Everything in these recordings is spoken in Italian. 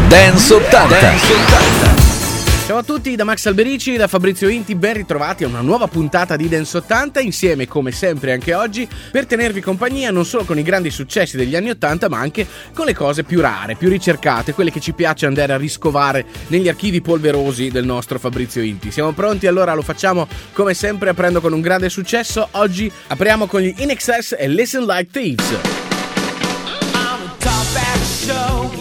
Dance 80. Ciao a tutti da Max Alberici e da Fabrizio Inti, ben ritrovati a una nuova puntata di Dance 80 insieme come sempre anche oggi per tenervi compagnia non solo con i grandi successi degli anni 80 ma anche con le cose più rare, più ricercate, quelle che ci piace andare a riscovare negli archivi polverosi del nostro Fabrizio Inti. Siamo pronti? Allora lo facciamo come sempre aprendo con un grande successo. Oggi apriamo con gli In Excess e Listen Like Thieves. I'm a top back show.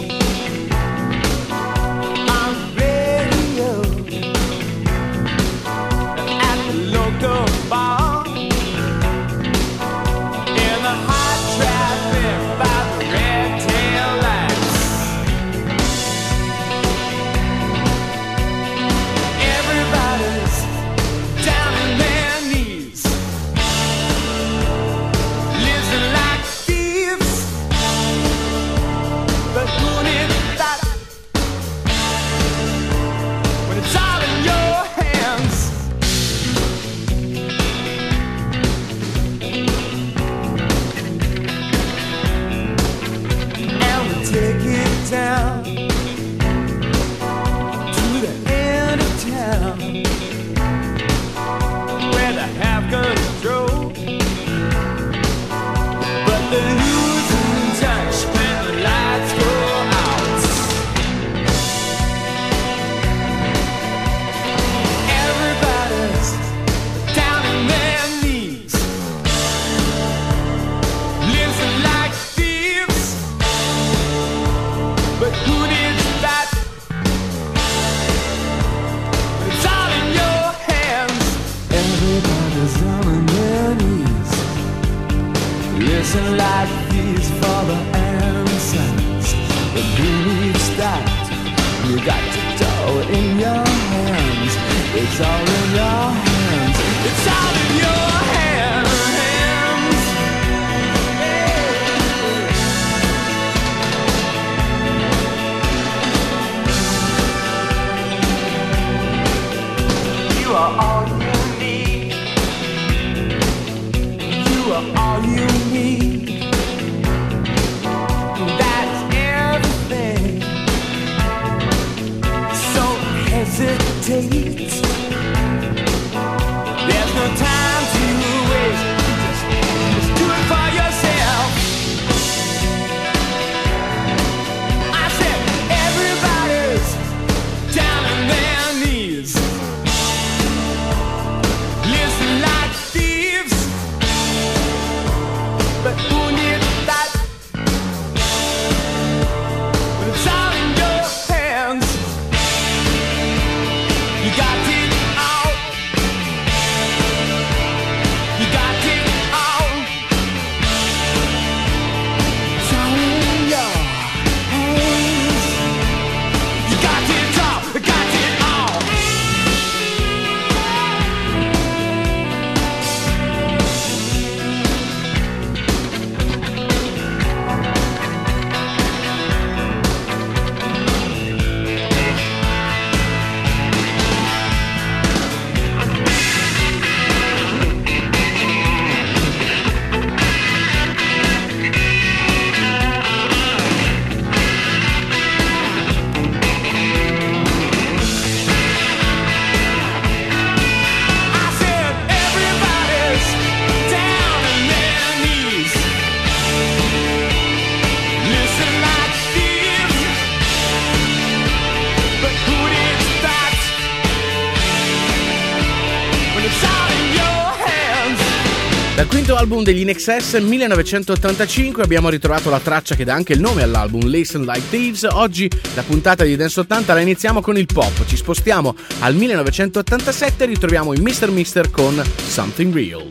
Down to the end of town where the have control, but the losing touch when the lights go out. Everybody's down in their knees, living like thieves. But who needs that? It's all in your hands. Everybody's down on their knees. Listen like these for the answers. But who needs that? You got to do it in your hands. It's all in your hands. It's all in your hands. You are all you need. You are all you need. That's everything. So hesitate. There's no time to waste. Just do it for yourself. I said everybody's down on their knees. Listen like thieves, but who needs that? When it's all in your hands, you got it all. You got it all. It's all in your hands. You got it all. You got it all. I said everybody's down on their knees. Listen like thieves, but who needs that? When it's all in your hands. Dal quinto album degli In Excess 1985 abbiamo ritrovato la traccia che dà anche il nome all'album, Listen Like Thieves. Oggi la puntata di Dance 80 la iniziamo con il pop, ci spostiamo al 1987 e ritroviamo i Mr. Mister con Something Real.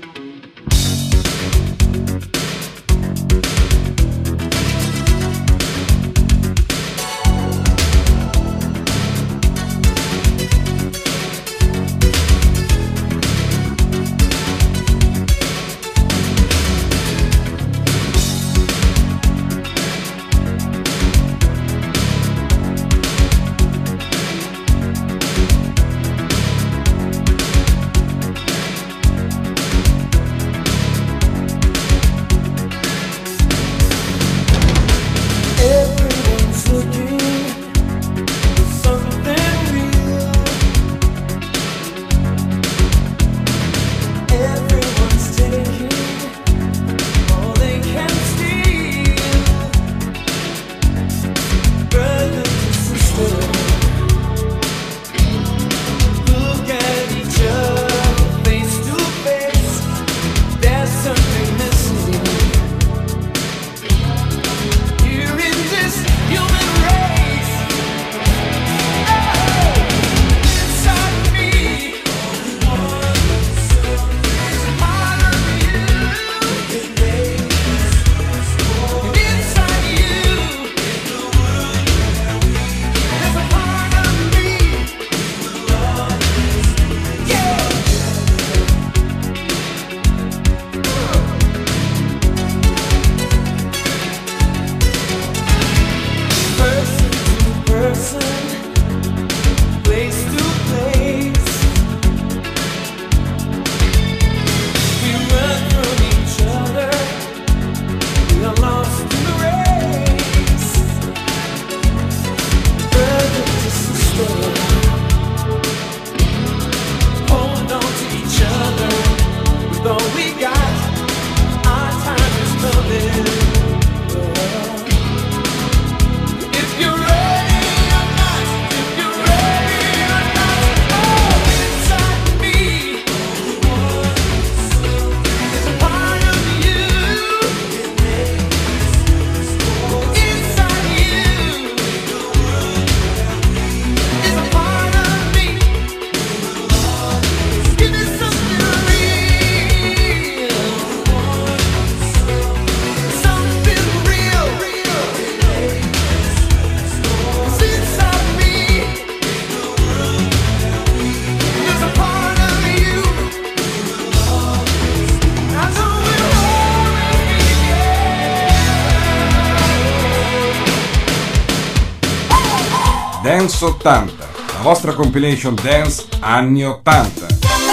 Dance 80, la vostra compilation dance anni 80.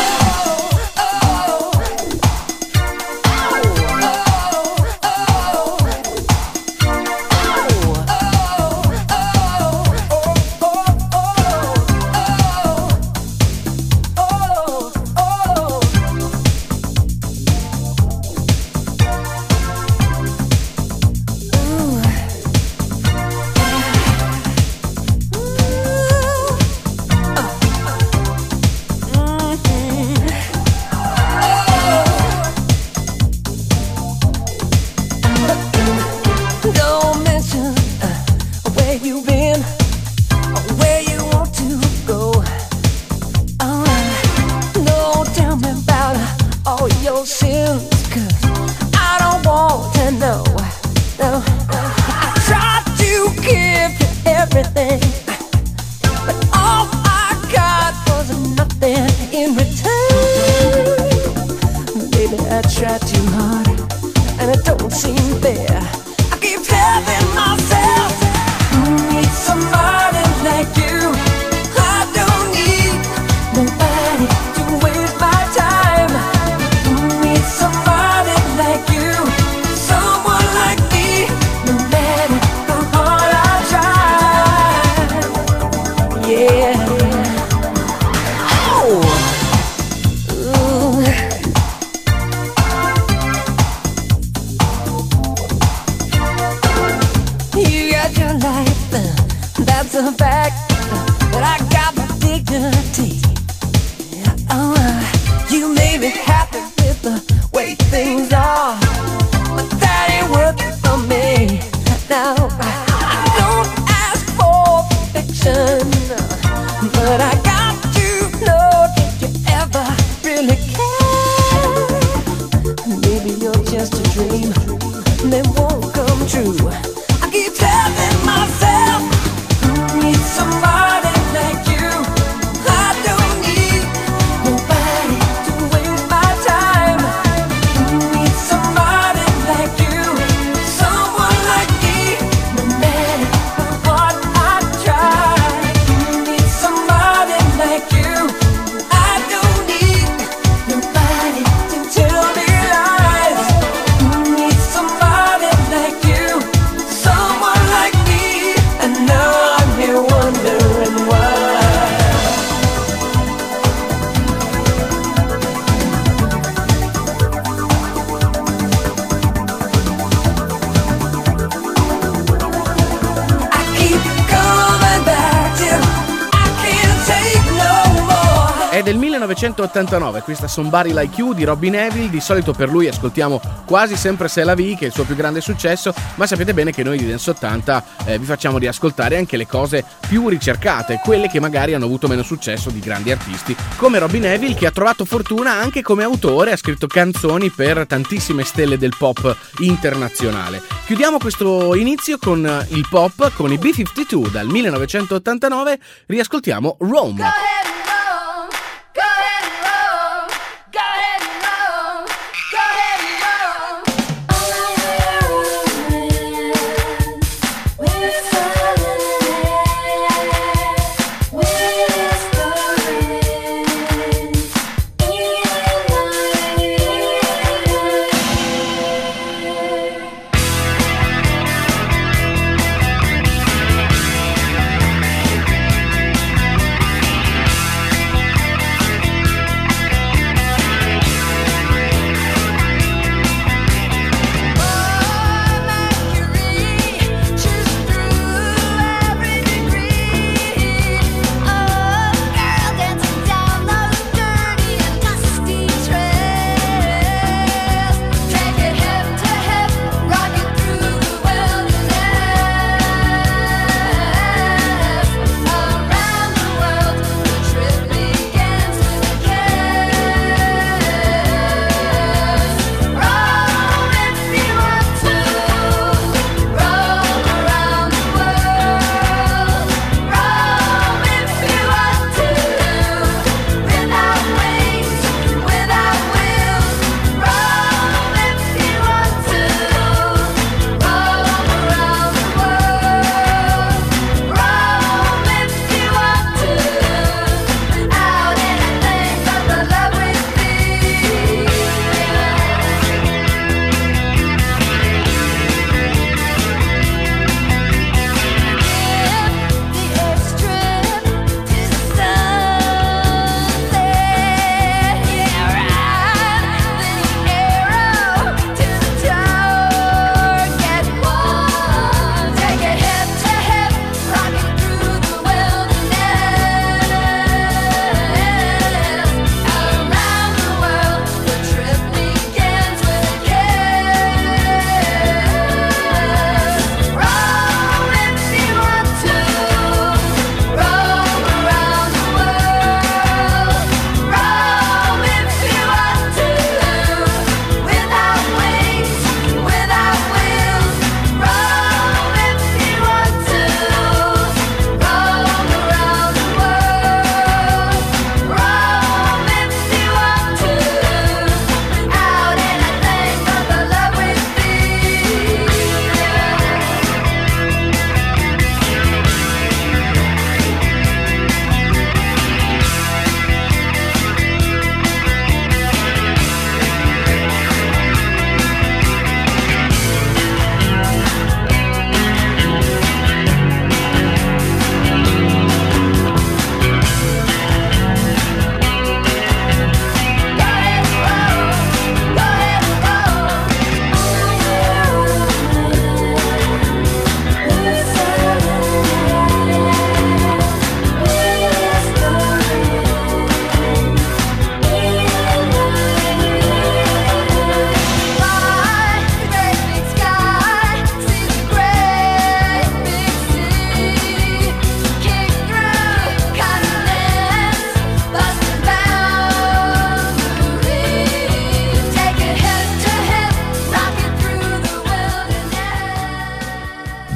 È del 1989 questa Somebody Like You di Robbie Nevil. Di solito per lui ascoltiamo quasi sempre C'est la vie, che è il suo più grande successo, ma sapete bene che noi di Dance 80 vi facciamo riascoltare anche le cose più ricercate, quelle che magari hanno avuto meno successo di grandi artisti come Robbie Nevil, che ha trovato fortuna anche come autore, ha scritto canzoni per tantissime stelle del pop internazionale. Chiudiamo questo inizio con il pop, con i B-52 dal 1989, riascoltiamo Rome.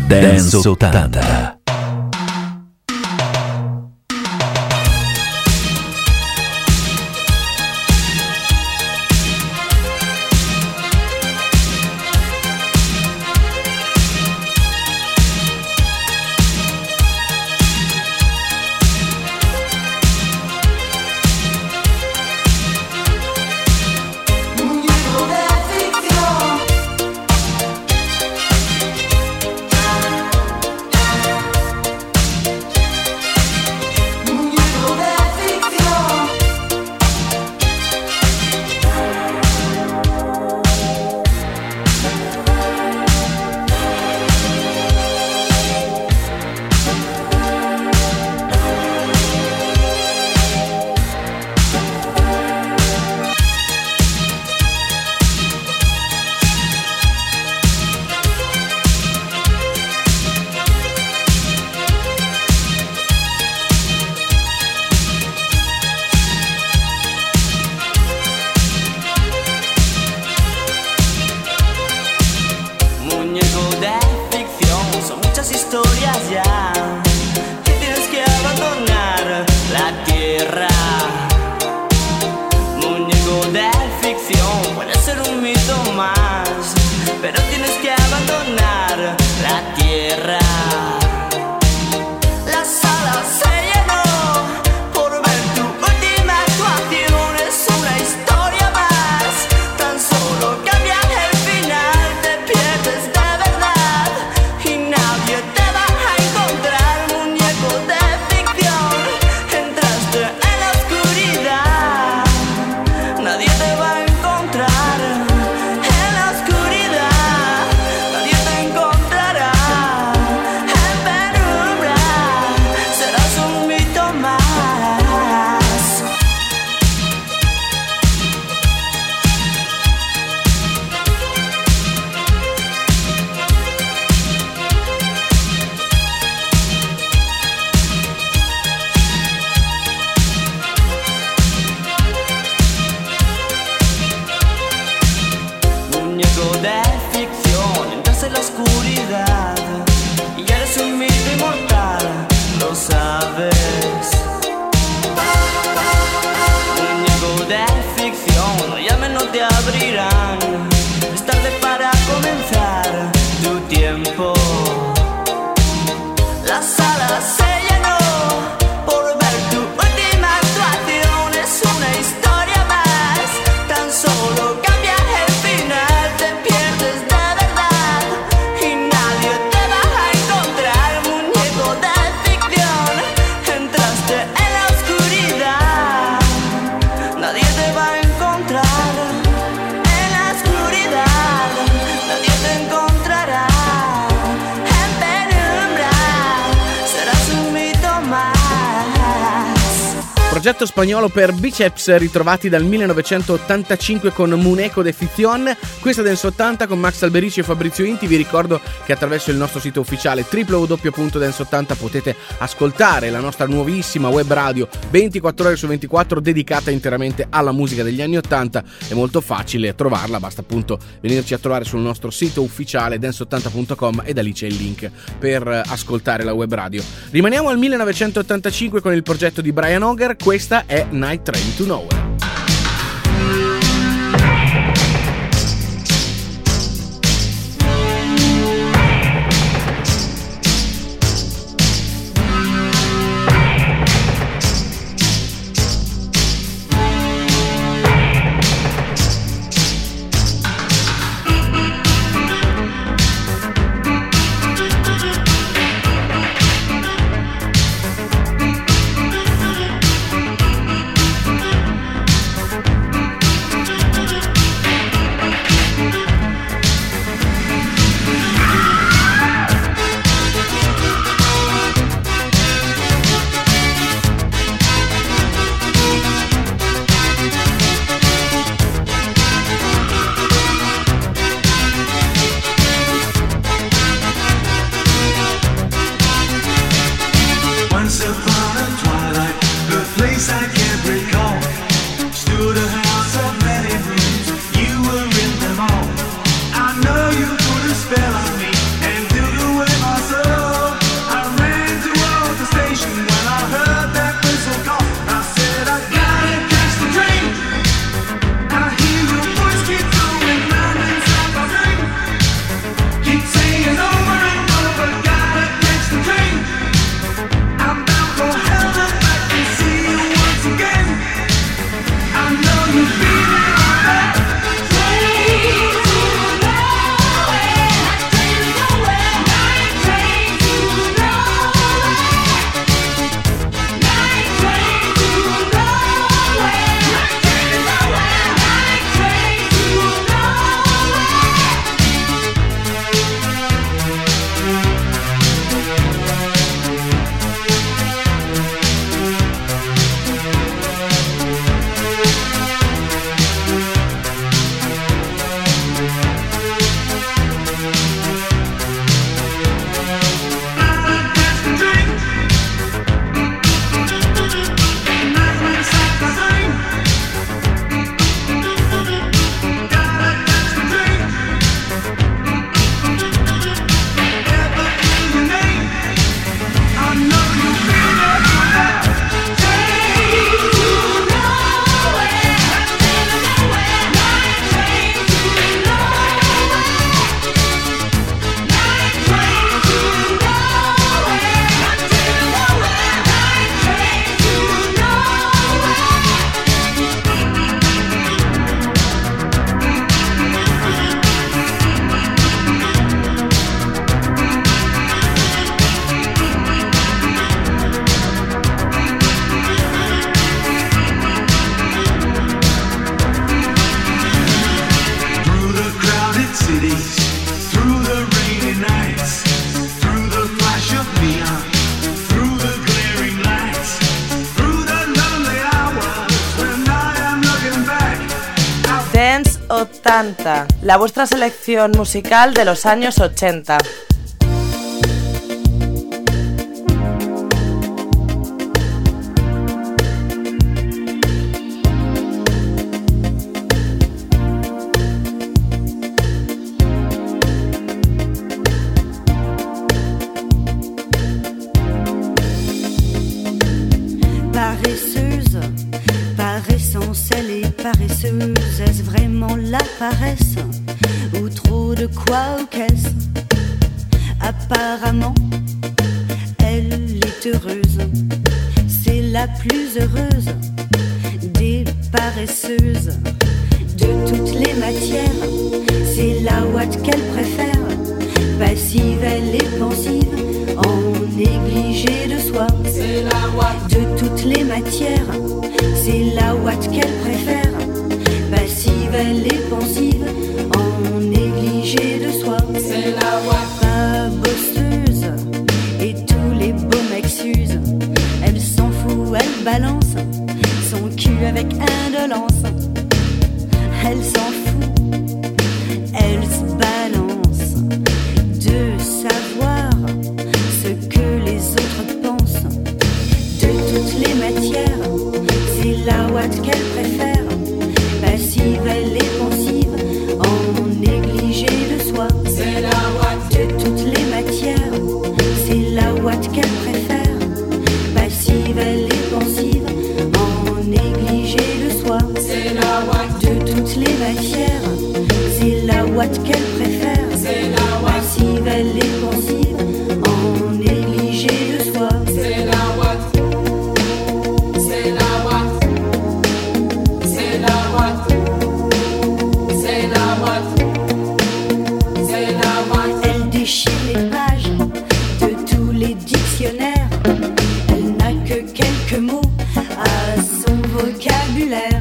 Dance 80. Progetto spagnolo per biceps ritrovati dal 1985 con Muñeco de Ficción. Questa Dance 80 con Max Alberici e Fabrizio Inti. Vi ricordo che attraverso il nostro sito ufficiale www.dance80 potete ascoltare la nostra nuovissima web radio 24 ore su 24 dedicata interamente alla musica degli anni 80. È molto facile trovarla, basta appunto venirci a trovare sul nostro sito ufficiale dance80.com e da lì c'è il link per ascoltare la web radio. Rimaniamo al 1985 con il progetto di Brian Auger. Questa è Night Train to Nowhere. Spell on me and do the way my 80, la vuestra selección musical de los años 80. Paresseuse, par essence elle est paresseuse. Est-ce vraiment la paresse ou trop de quoi ou qu'est-ce? Apparemment, elle est heureuse. C'est la plus heureuse des paresseuses. De toutes les matières, c'est la ouate qu'elle préfère. Passive, elle est pensive, en négligé de soi. C'est la ouate. De toutes les matières, c'est la ouate qu'elle préfère. Passive, elle est pensive, en négligé de soi. C'est la ouate. Pas bosseuse, et tous les beaux mecs s'usent. Elle s'en fout, elle balance son cul avec indolence. Elle s'en fout, elle se balance de savoir ce que les autres pensent. De toutes les matières, c'est la ouate qu'elle préfère. Passive, elle est pensive, en négligé de soi. C'est la ouate. De toutes les matières, c'est la ouate qu'elle préfère. Passive, elle est pensive, en négligé de soi. C'est la ouate. De toutes les matières, c'est la ouate qu'elle préfère. C'est la ouate. Passive, elle est pensive, en négligé de soi. C'est la ouate. C'est la ouate. C'est la ouate. C'est la ouate. C'est la ouate. Elle déchire les pages de tous les dictionnaires. Elle n'a que quelques mots à son vocabulaire.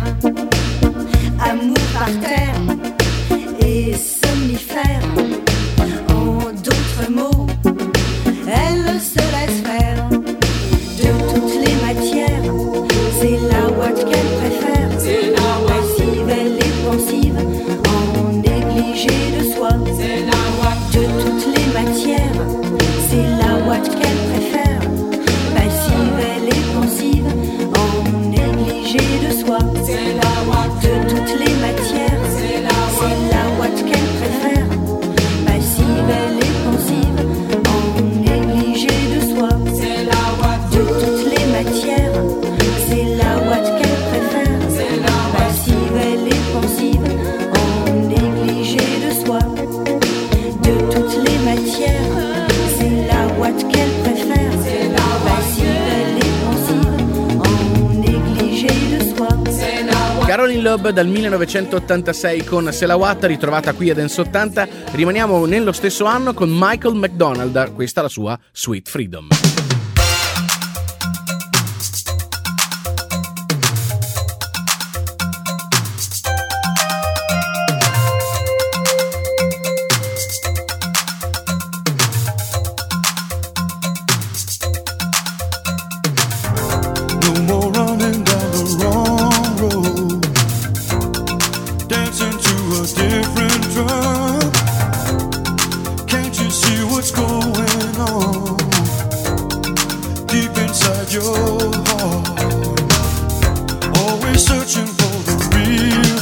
Amour par terre et somnifère. En d'autres mots, elle se laisse faire. De toutes les matières, c'est la ouate qu'elle préfère. C'est la ouate. Passive, elle est pensive, en négligé de soi. C'est la ouate. De toutes les matières, c'est la ouate qu'elle préfère. Passive, elle est pensive, en négligé de soi. C'est la ouate. De toutes les matières, c'est la ouate qu'elle préfère. Passive, elle est pensive, en négligé de soi. C'est la ouate. De toutes les matières, c'est la ouate qu'elle préfère. C'est la ouate. Passive, elle est pensive, en négligé de soi. De toutes les matières, c'est la ouate qu'elle préfère. C'est la ouate. Passive, elle est pensive, en négligé de soi. C'est la ouate. Caroline Loeb dal 1986 con Se la Watt, ritrovata qui a Dance 80. Rimaniamo nello stesso anno con Michael McDonald, questa è la sua Sweet Freedom. No more running down the wrong road, dancing to a different drum. Can't you see what's going on deep inside your heart? Always searching for the real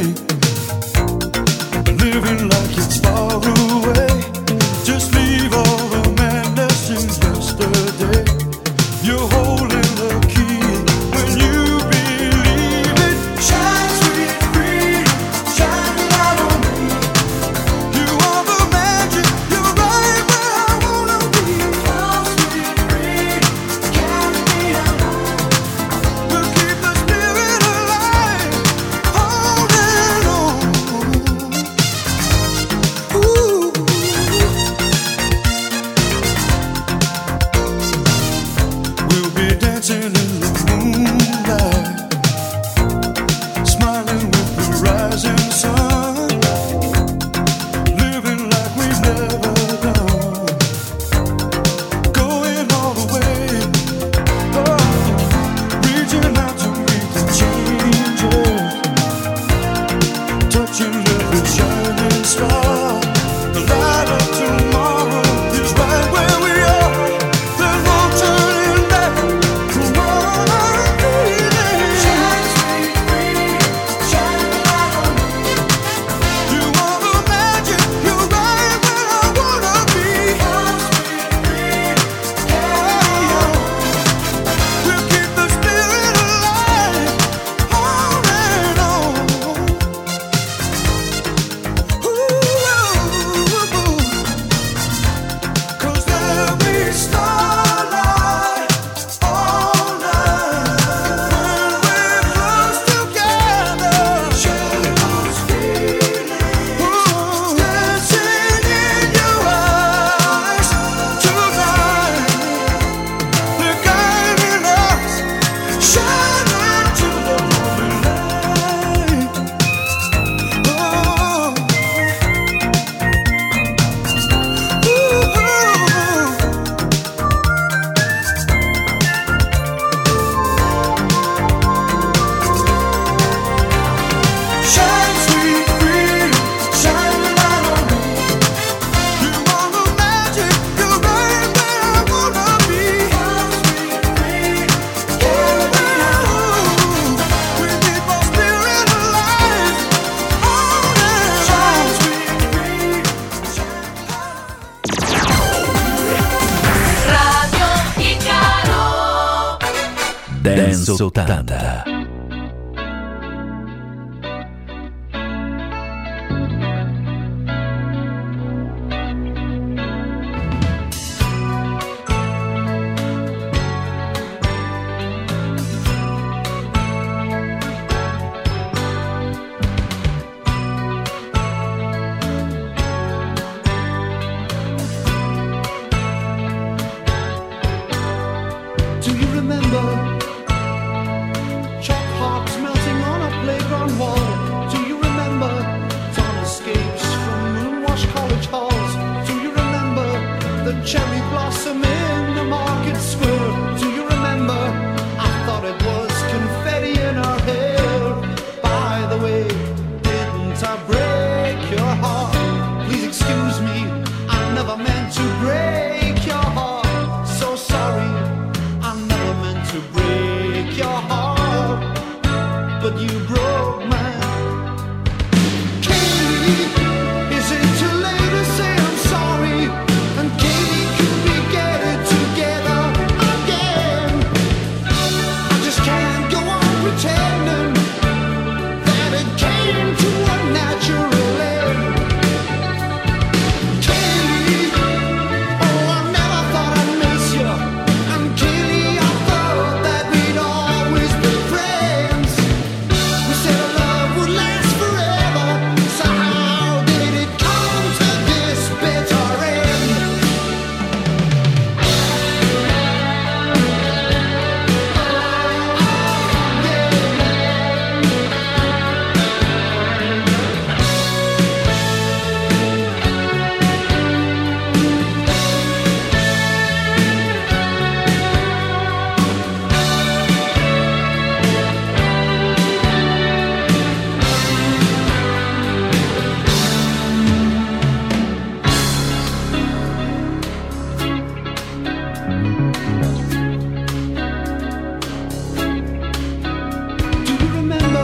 thing, living like it's far away. Just leave all the madness in yesterday. You're holding the key when you believe it. Shine, sweet freedom, shine it out on me. You are the magic, you're right where I wanna be. Oh, sweet freedom, carry me along. We'll keep the spirit alive, holding on. Ooh. We'll be dancing in the moonlight, smiling with the rising sun, living like we've never done, going all the way, reaching out to meet the changes, touching Dance 80. Do you remember chalk hearts melting on a playground wall? Do you remember dawn escapes from moon-washed college halls? Do you remember the cherry blossom in the market square? Do you remember I thought it was confetti in our hair? By the way, didn't I break your heart? Please excuse me, I never meant to break your heart. So sorry, I never meant to break your heart, but you broke mine. Katie, is it too late to say I'm sorry? And Katie, could we get it together again? I just can't go on pretending that it came to a natural end. Katie, oh, I never thought I'd miss you. And Katie, I thought that we'd always be friends. We said our love would last forever, so how did it come to this bitter end? Do you remember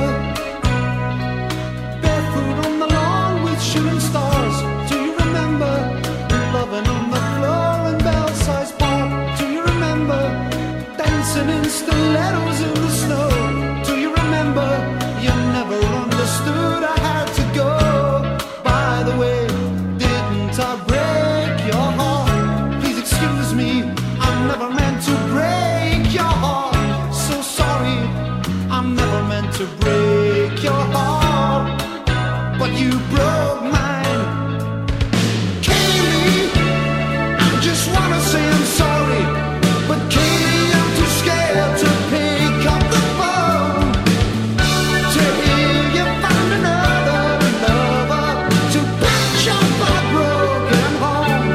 barefoot on the lawn with shooting stars? Do you remember loving on the floor in Belsize Park? Do you remember dancing in stilettos in the snow? Do you remember you never understood I had to go? By the way, didn't I break your heart? Please excuse me, I never meant to break your heart. So sorry, I never meant to break your heart, but you broke mine. Katie, I just wanna say I'm sorry, but Katie, I'm too scared to pick up the phone. To hear you found another lover to patch up our broken home.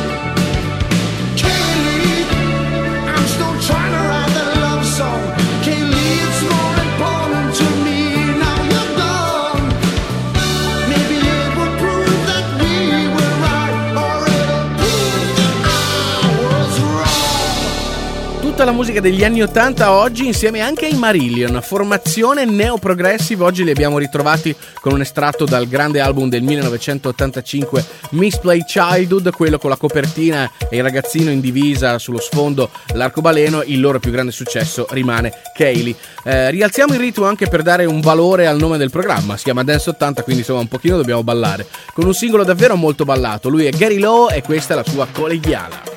Katie, I'm still trying to write the love song. Kaylee, it's more important to me now you're gone. Maybe it will prove that we were right, or it'll prove that I was wrong. Tutta la musica degli anni 80 oggi insieme anche ai Marillion, formazione neo-progressive. Oggi li abbiamo ritrovati con un estratto dal grande album del 1985 Misplaced Childhood, quello con la copertina e il ragazzino in divisa sullo sfondo, l'arcobaleno. Il loro più grande successo rimane Kaylee. Rialziamo il ritmo anche per dare un valore al nome del programma, si chiama Dance 80, quindi insomma un pochino dobbiamo ballare, con un singolo davvero molto ballato. Lui è Gary Lowe e questa è la sua Collegiala.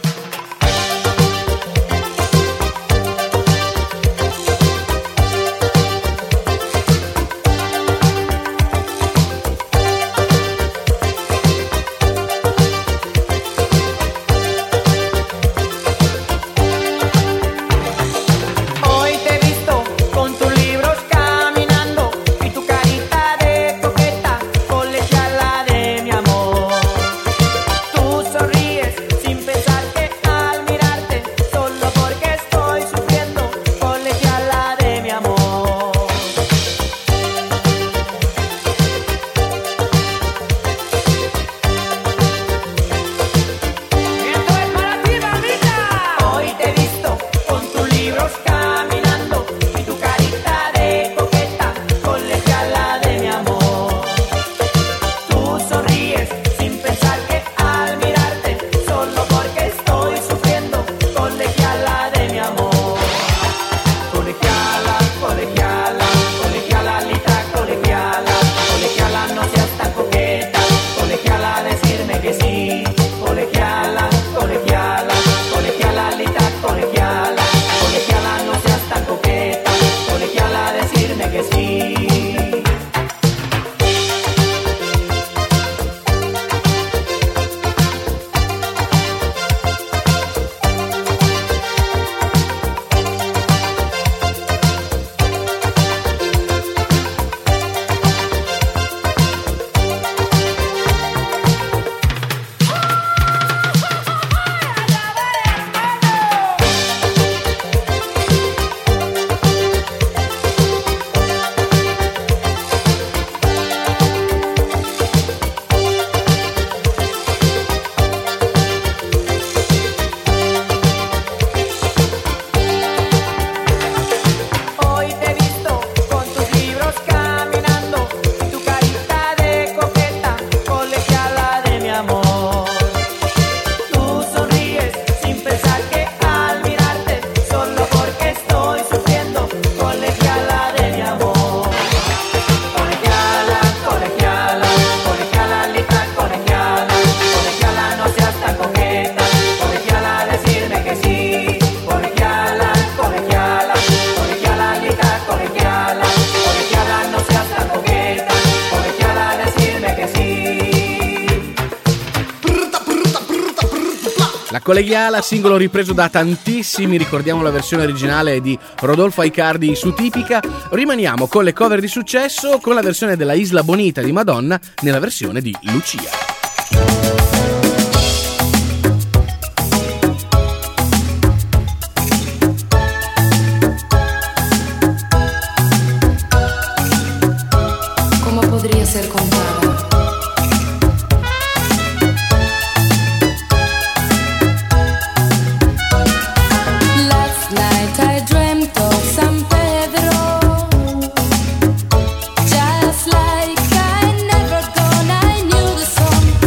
Hoy te he visto con tus libros caminando y tu carita de coqueta, colegiala de mi amor. Tú sonríes sin pensar que Colleghiala, singolo ripreso da tantissimi, ricordiamo la versione originale di Rodolfo Aicardi su Tipica. Rimaniamo con le cover di successo, con la versione della Isla Bonita di Madonna nella versione di Lucia. Podría ser contada. Last night I dreamt of San Pedro, just like I never gone. I knew the song.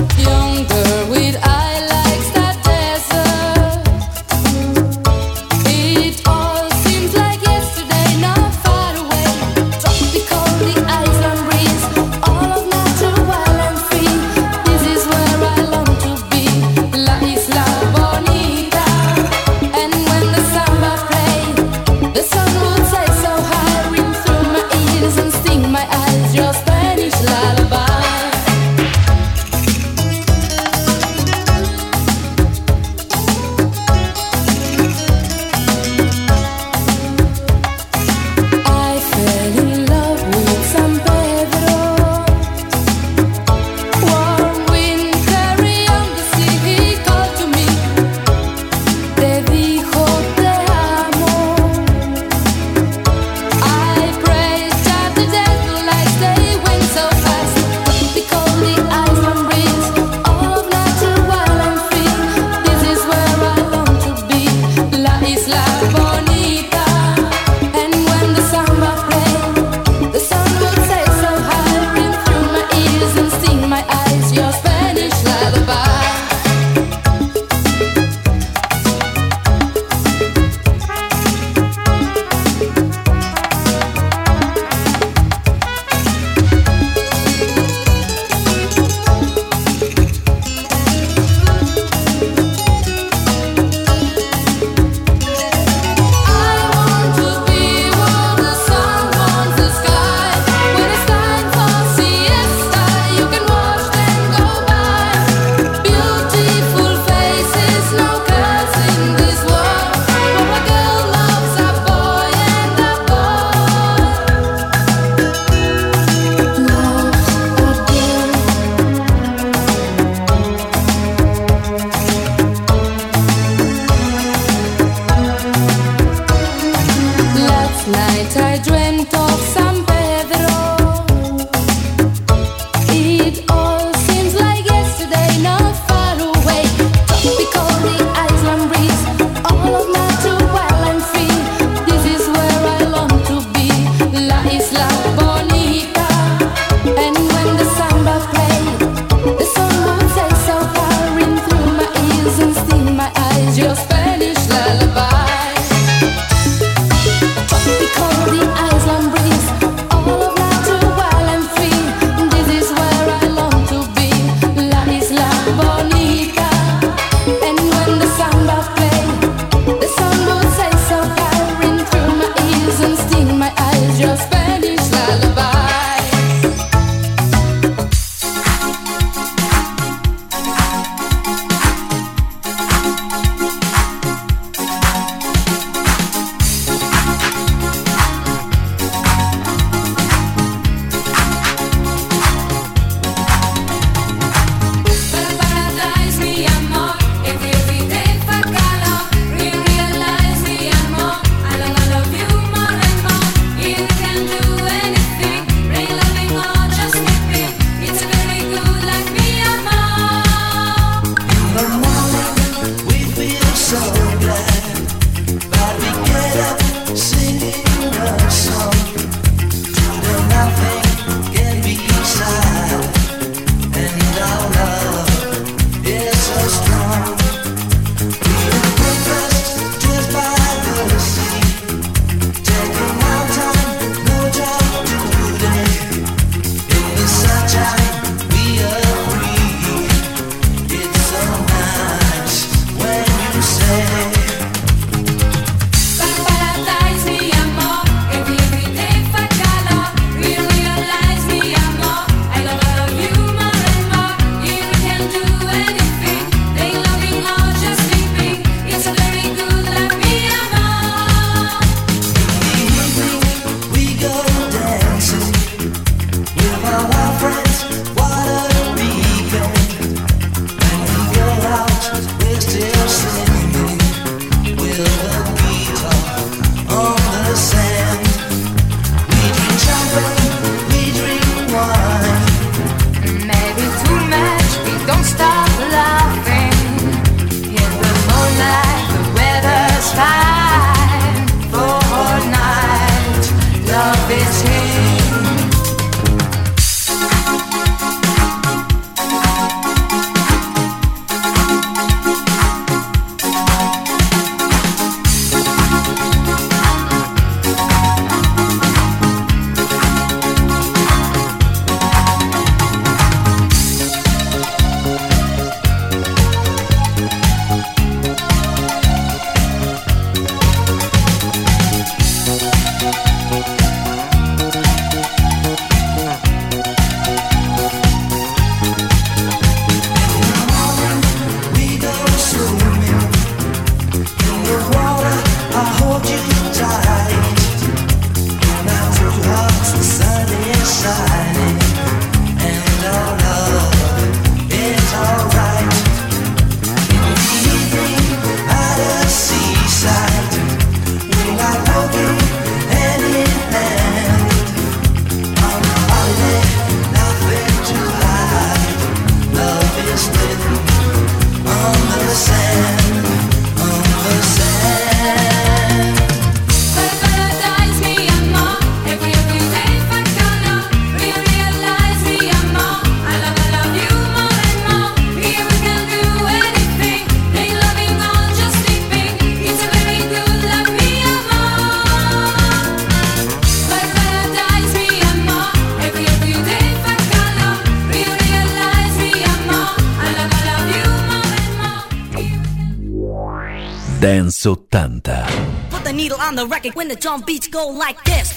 Dance 80. Put the needle on the record when the drum beats go like this.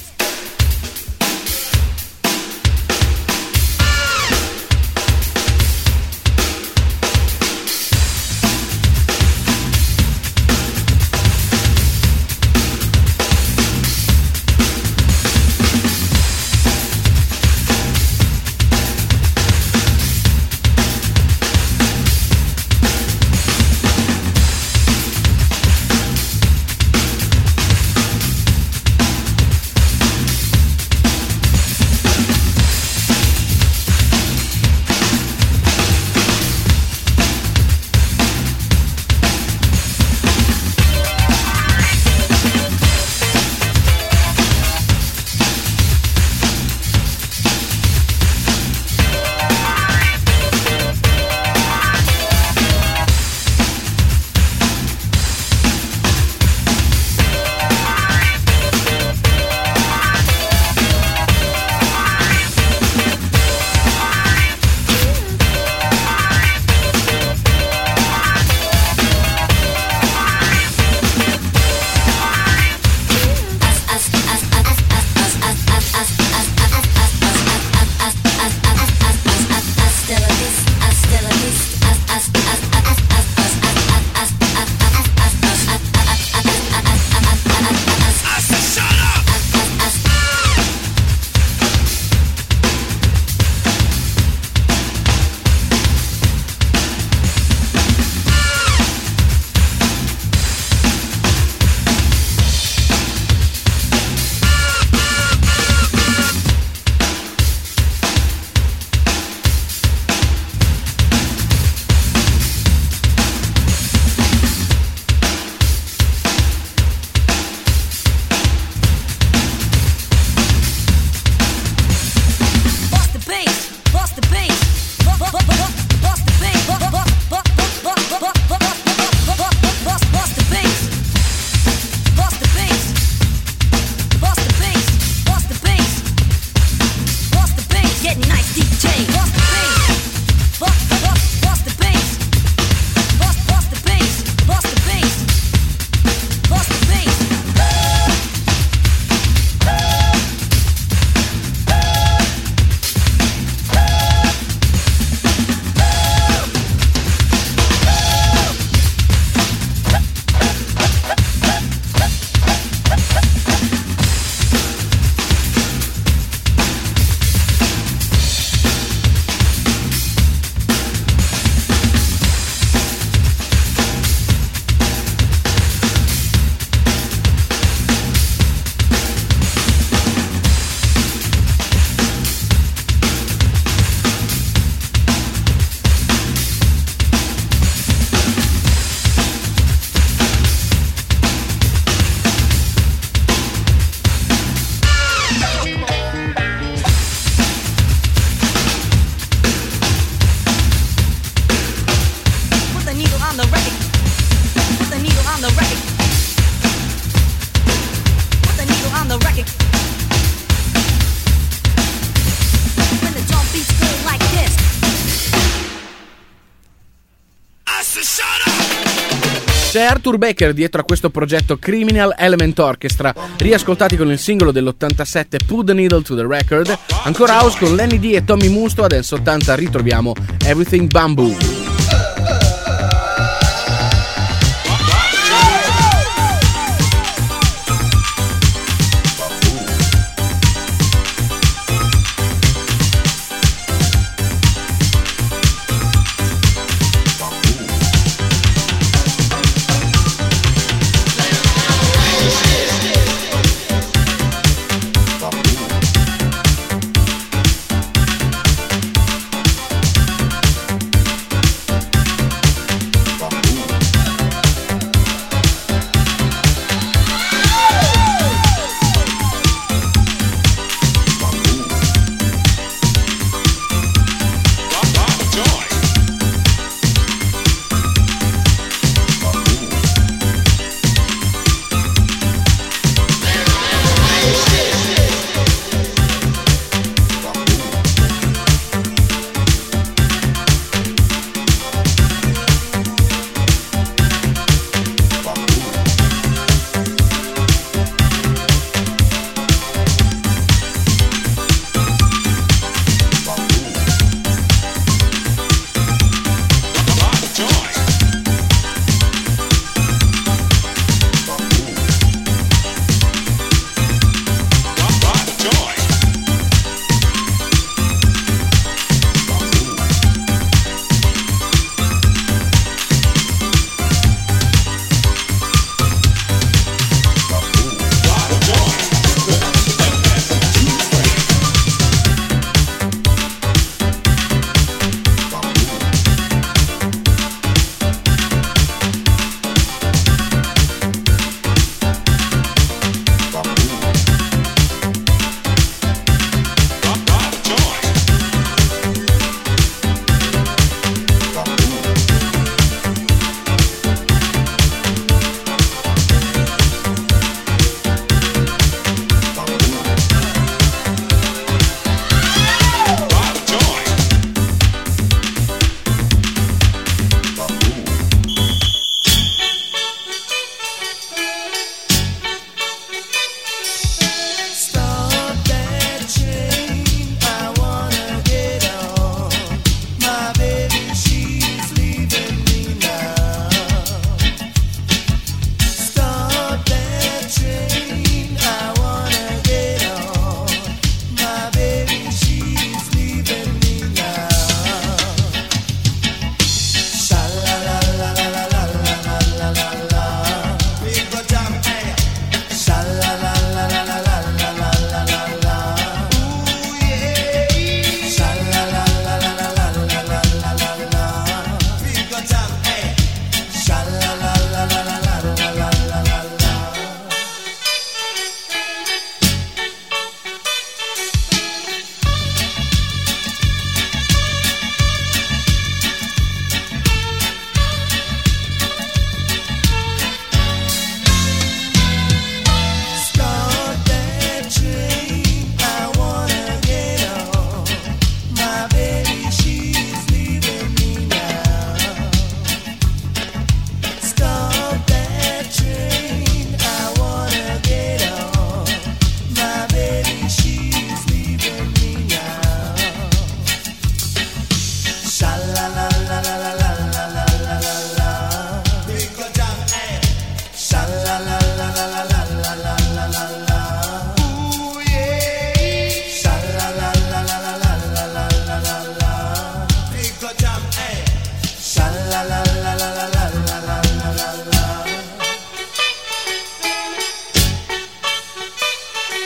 C'è Arthur Baker dietro a questo progetto Criminal Element Orchestra, riascoltati con il singolo dell'87 Put the Needle to the Record. Ancora house con Lenny D e Tommy Musto. Adesso 80 ritroviamo Everything Bamboo.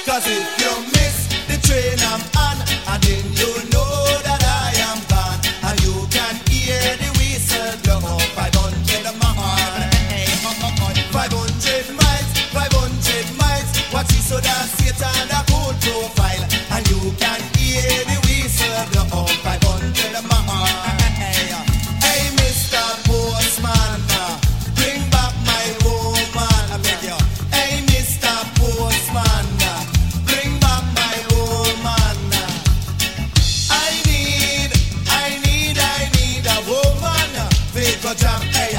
'Cause if you miss the train I'm on, and then you know that I am gone, and you can hear the whistle blow 500 miles. 500 miles, 500 miles. Watch it so that Satan a cold profile, and you can hear the whistle blow 500 miles. Hey, Mr. Postman, bring back my woman, I beg you. Hey, Mr. Postman, bring back my woman. I need a woman. Fake jam, hey.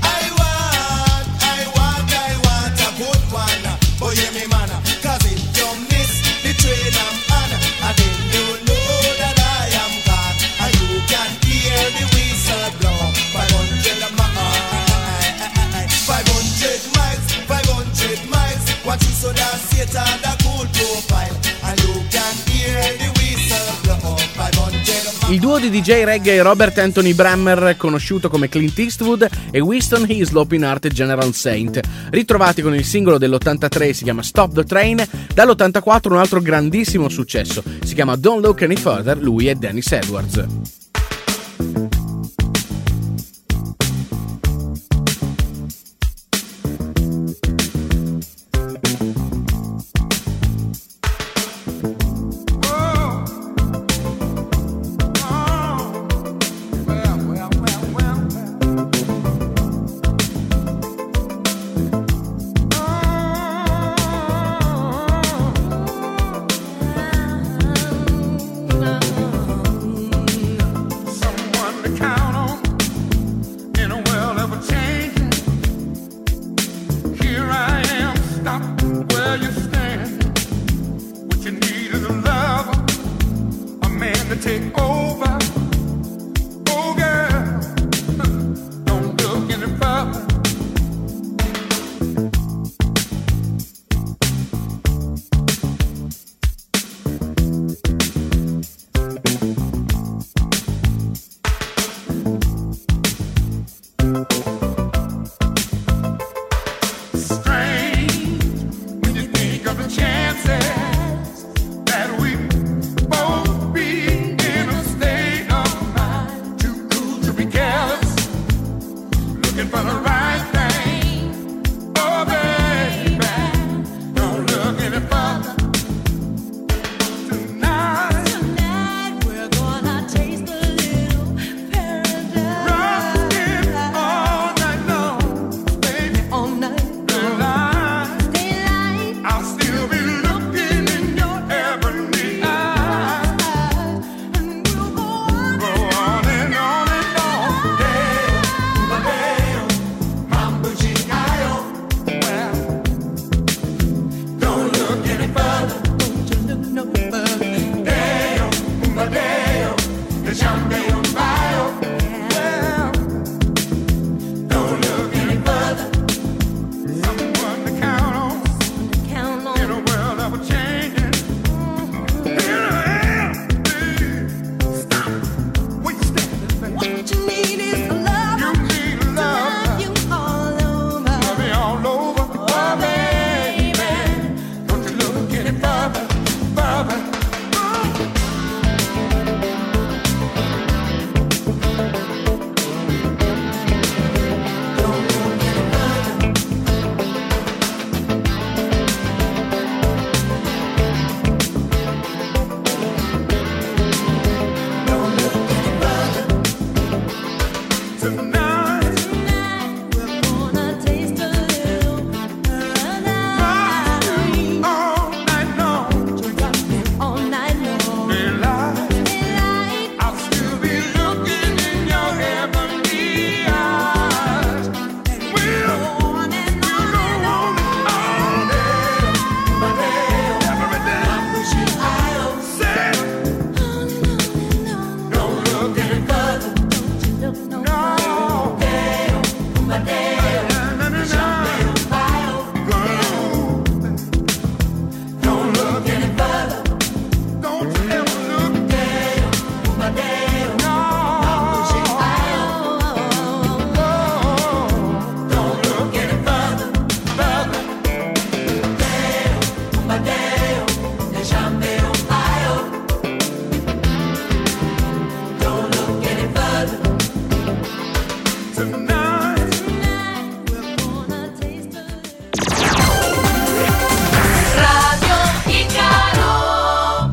I want a good one. Oh, yeah, me man. 'Cause if you miss the train I'm on, and then you know that I am gone, and you can hear the whistle blow 500 miles. 500 miles, 500 miles. Watch you so that Satan the cool profile, and you can hear the whistle blow 500 miles. Il duo di DJ reggae Robert Anthony Brammer, conosciuto come Clint Eastwood, e Winston Hislop in arte General Saint, ritrovati con il singolo dell'83, si chiama Stop the Train. Dall'84 un altro grandissimo successo, si chiama Don't Look Any Further, lui è Dennis Edwards.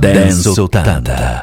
Dance 80.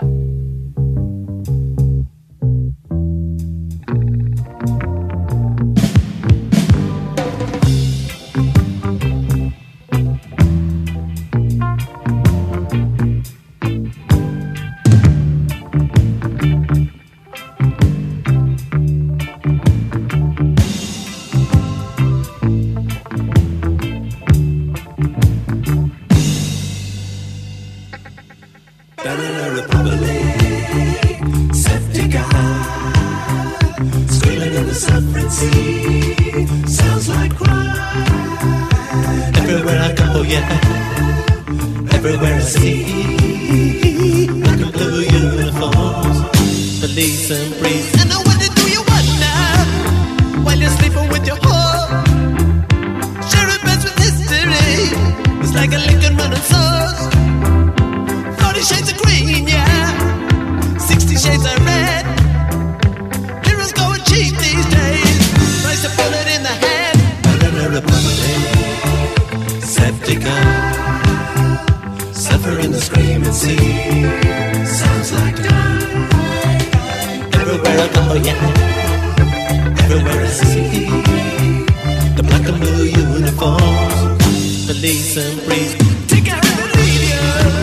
Banana Republic, Septica, screaming in the suffering sea, sounds like crime. Everywhere I go, yeah, everywhere I see, like a blue uniforms, police and priests. And now what do you want now? While you're sleeping with your whore, sharing beds with history, it's like a Lincoln running sauce. 40 shades of green, yeah, 60 shades of red. Heroes going cheap these days, price a bullet in the head. Banana Republic, Septica, suffering the screaming sea, sounds like dying. Everywhere I go, yeah, everywhere I see, the black and blue uniforms, police and priests. Take care of the media.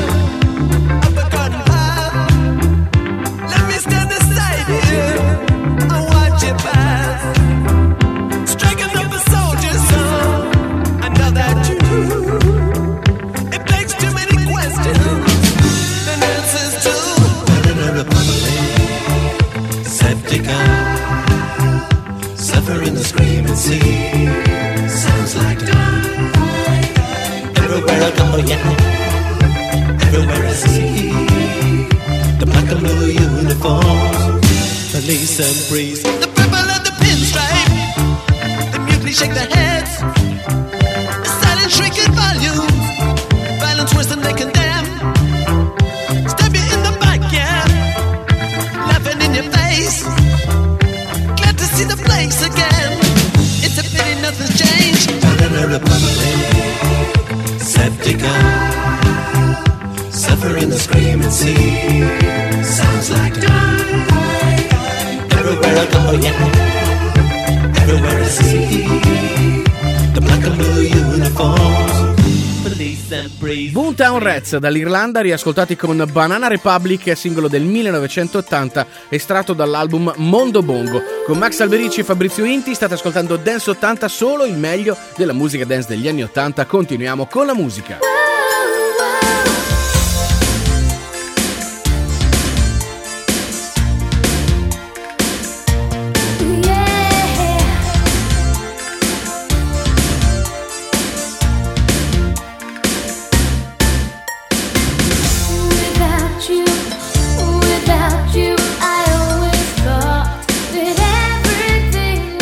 Suffering the screaming sea, sounds like dying. Everywhere I go, yeah, everywhere I see, the black and blue uniforms, police and priests. The purple and the pinstripe, the mutely shake their heads, the silent shrinking volumes, violence worse than they condemn. Stab you in the back, yeah, laughing in your face. See the place again. It's a pity nothing's changed. Banana Republic, Septica, suffering the screaming sea, sounds like dying. Everywhere I go, yeah, everywhere I see, the black and blue uniforms. Boomtown Rats dall'Irlanda, riascoltati con Banana Republic, singolo del 1980 estratto dall'album Mondo Bongo. Con Max Alberici e Fabrizio Inti state ascoltando Dance 80, solo il meglio della musica dance degli anni 80. Continuiamo con la musica.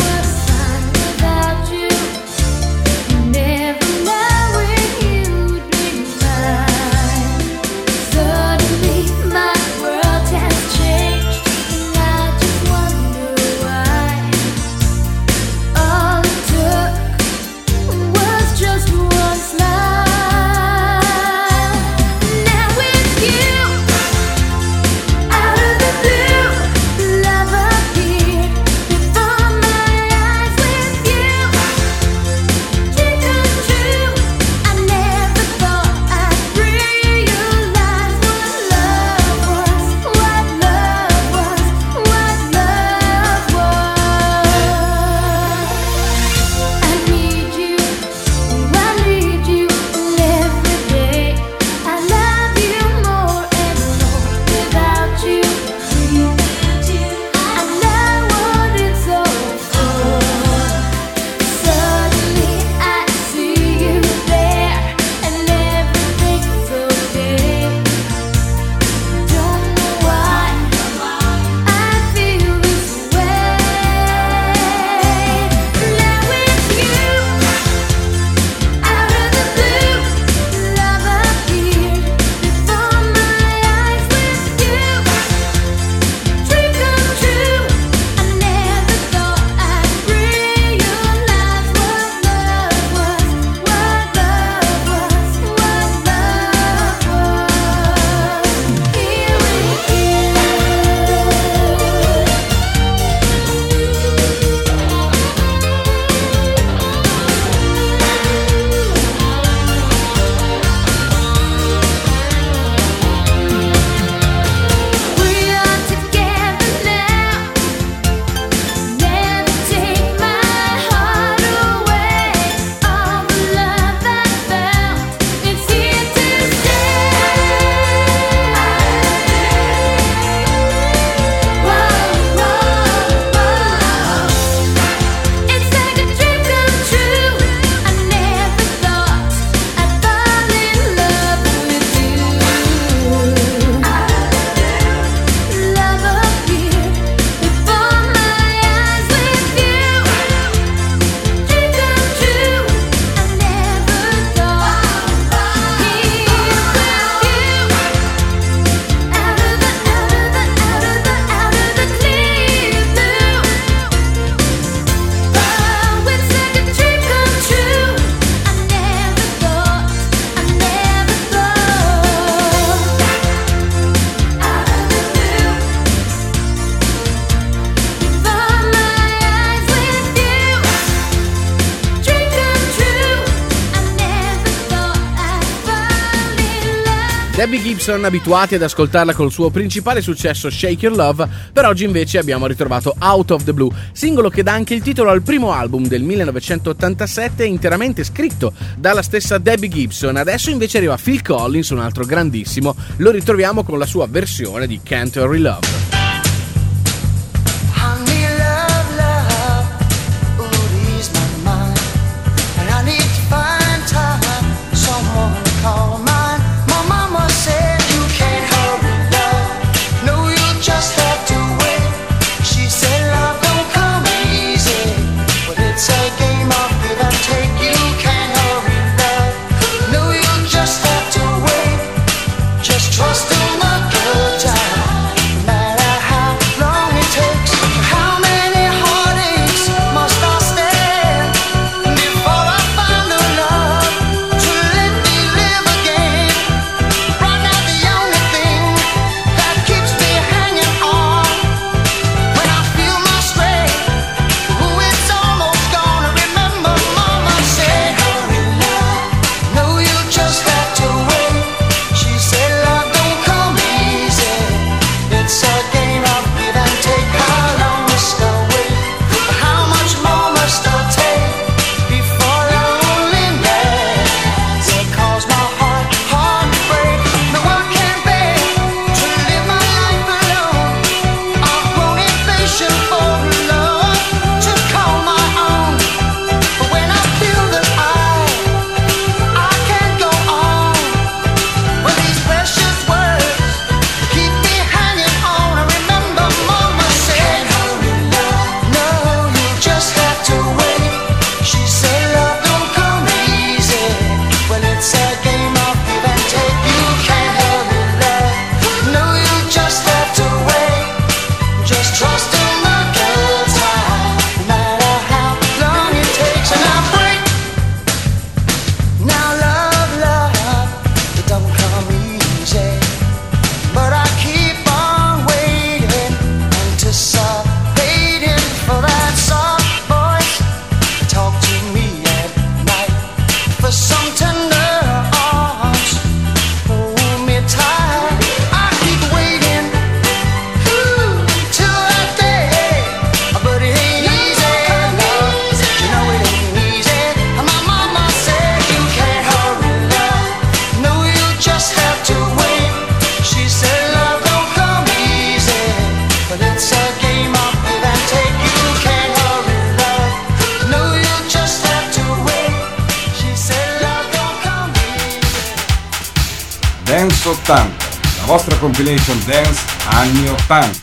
Never knowing you'd be Debbie Gibson, abituati ad ascoltarla col suo principale successo Shake Your Love, per oggi invece abbiamo ritrovato Out of the Blue, singolo che dà anche il titolo al primo album del 1987 interamente scritto dalla stessa Debbie Gibson. Adesso invece arriva Phil Collins, un altro grandissimo, lo ritroviamo con la sua versione di Can't Hurry Love. Trust in the good time, no matter how Dance 80, la vostra compilation dance anni 80.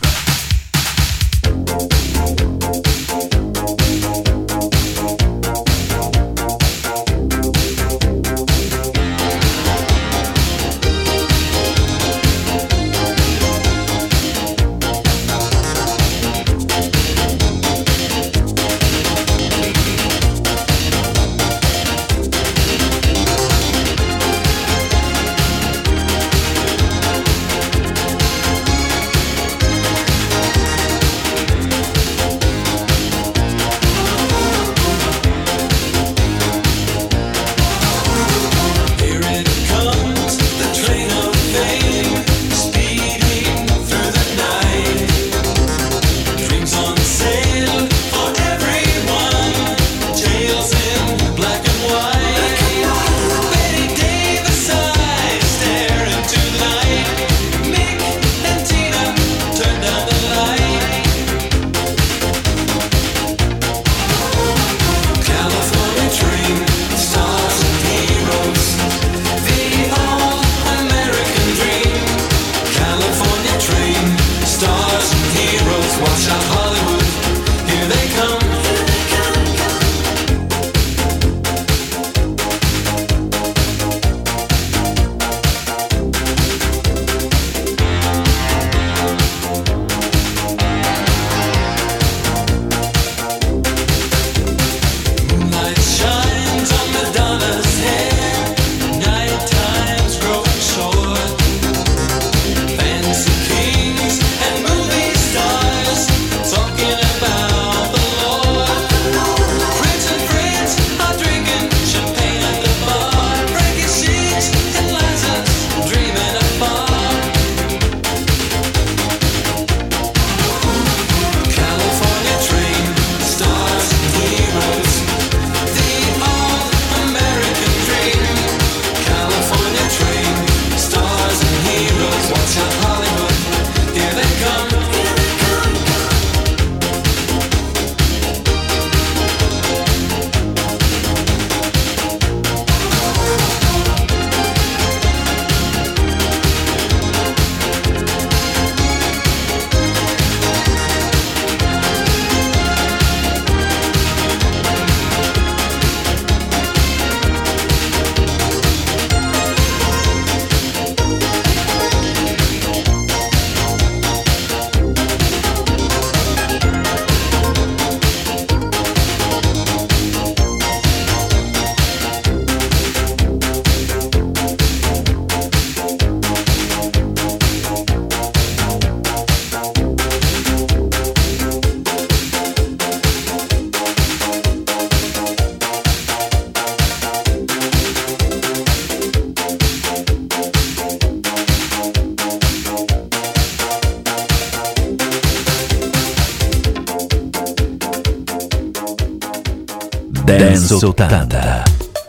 Dance 80.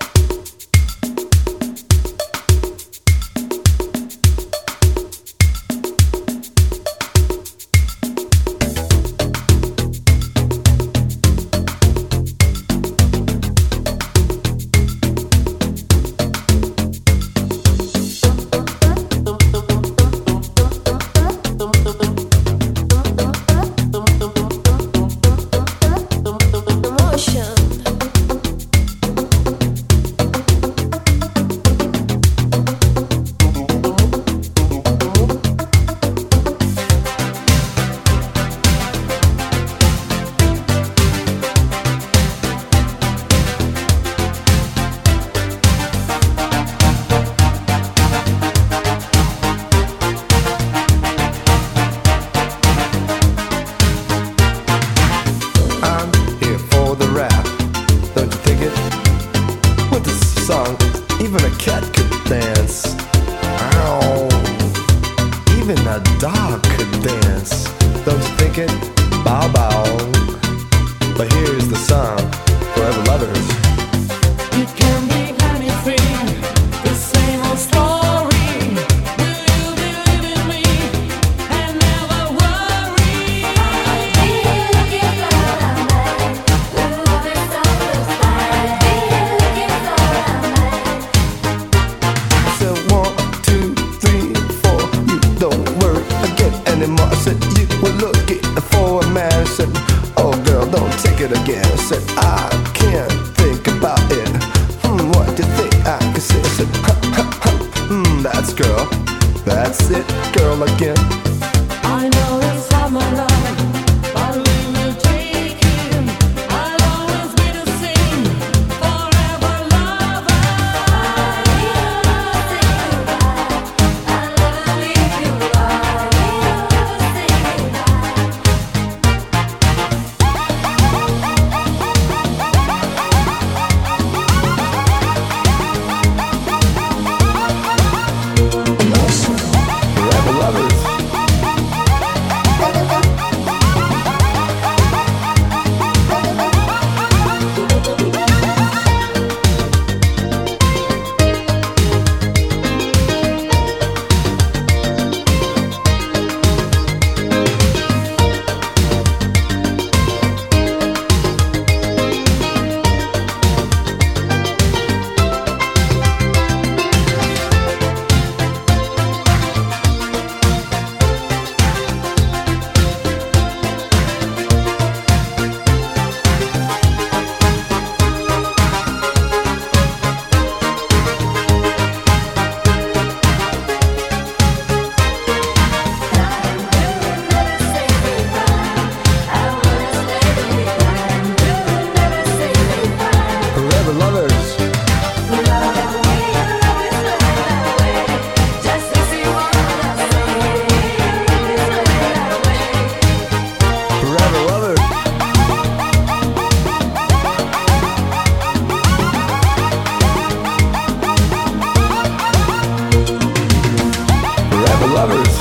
Lovers.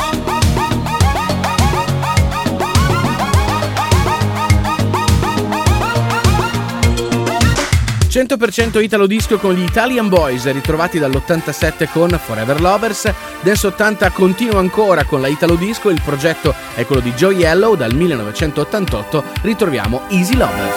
100% Italo Disco con gli Italian Boys, ritrovati dall'87 con Forever Lovers. Dance 80 continua ancora con la Italo Disco, il progetto è quello di Joe Yellow, dal 1988 ritroviamo Easy Lovers.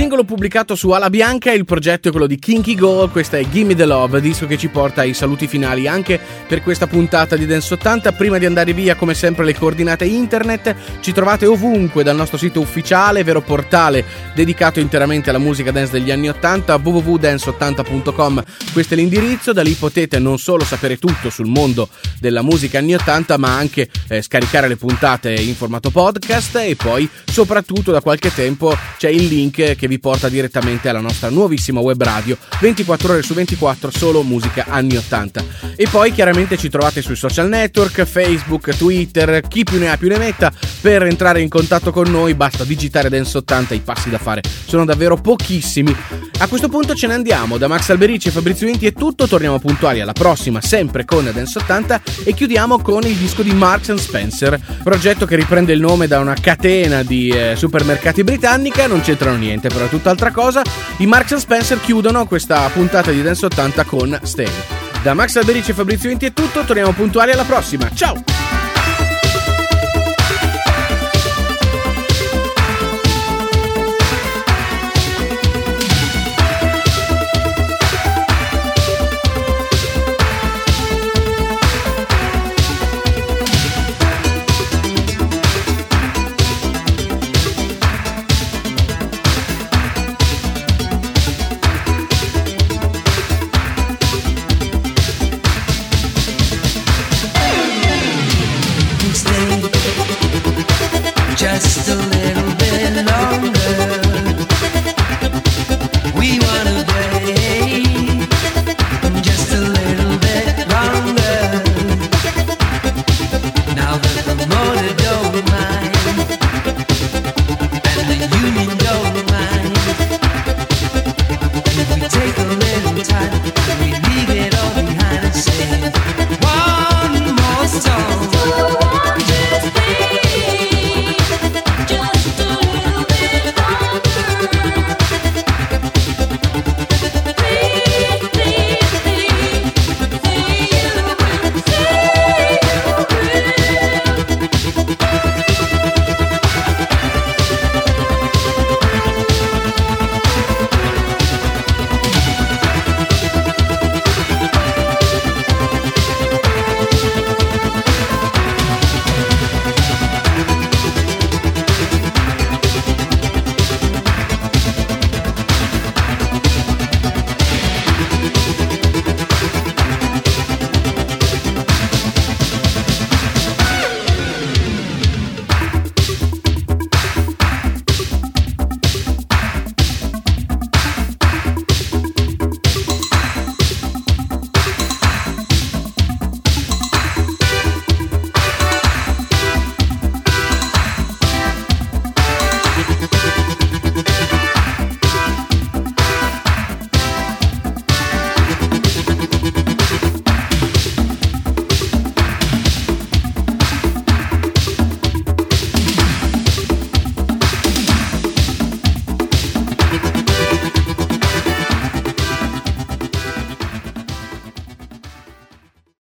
singolo pubblicato su Ala Bianca, il progetto è quello di Kinky Goal, questa è Gimme the Love, disco che ci porta ai saluti finali anche per questa puntata di Dance 80. Prima di andare via, come sempre, le coordinate internet, ci trovate ovunque dal nostro sito ufficiale, vero portale dedicato interamente alla musica dance degli anni 80, www.dance80.com, questo è l'indirizzo, da lì potete non solo sapere tutto sul mondo della musica anni 80, ma anche scaricare le puntate in formato podcast, e poi soprattutto da qualche tempo c'è il link che vi porta direttamente alla nostra nuovissima web radio 24 ore su 24, solo musica anni 80. E poi chiaramente ci trovate sui social network, Facebook, Twitter, chi più ne ha più ne metta. Per entrare in contatto con noi basta digitare Dance 80, i passi da fare sono davvero pochissimi. A questo punto ce ne andiamo, da Max Alberici e Fabrizio Inti è tutto, torniamo puntuali alla prossima sempre con Dance 80 e chiudiamo con il disco di Marks & Spencer, progetto che riprende il nome da una catena di supermercati britannica, non c'entrano niente, però è tutt'altra cosa. I Marks & Spencer chiudono questa puntata di Dance 80 con Stay. Da Max Alberici e Fabrizio Inti è tutto, torniamo puntuali alla prossima, ciao!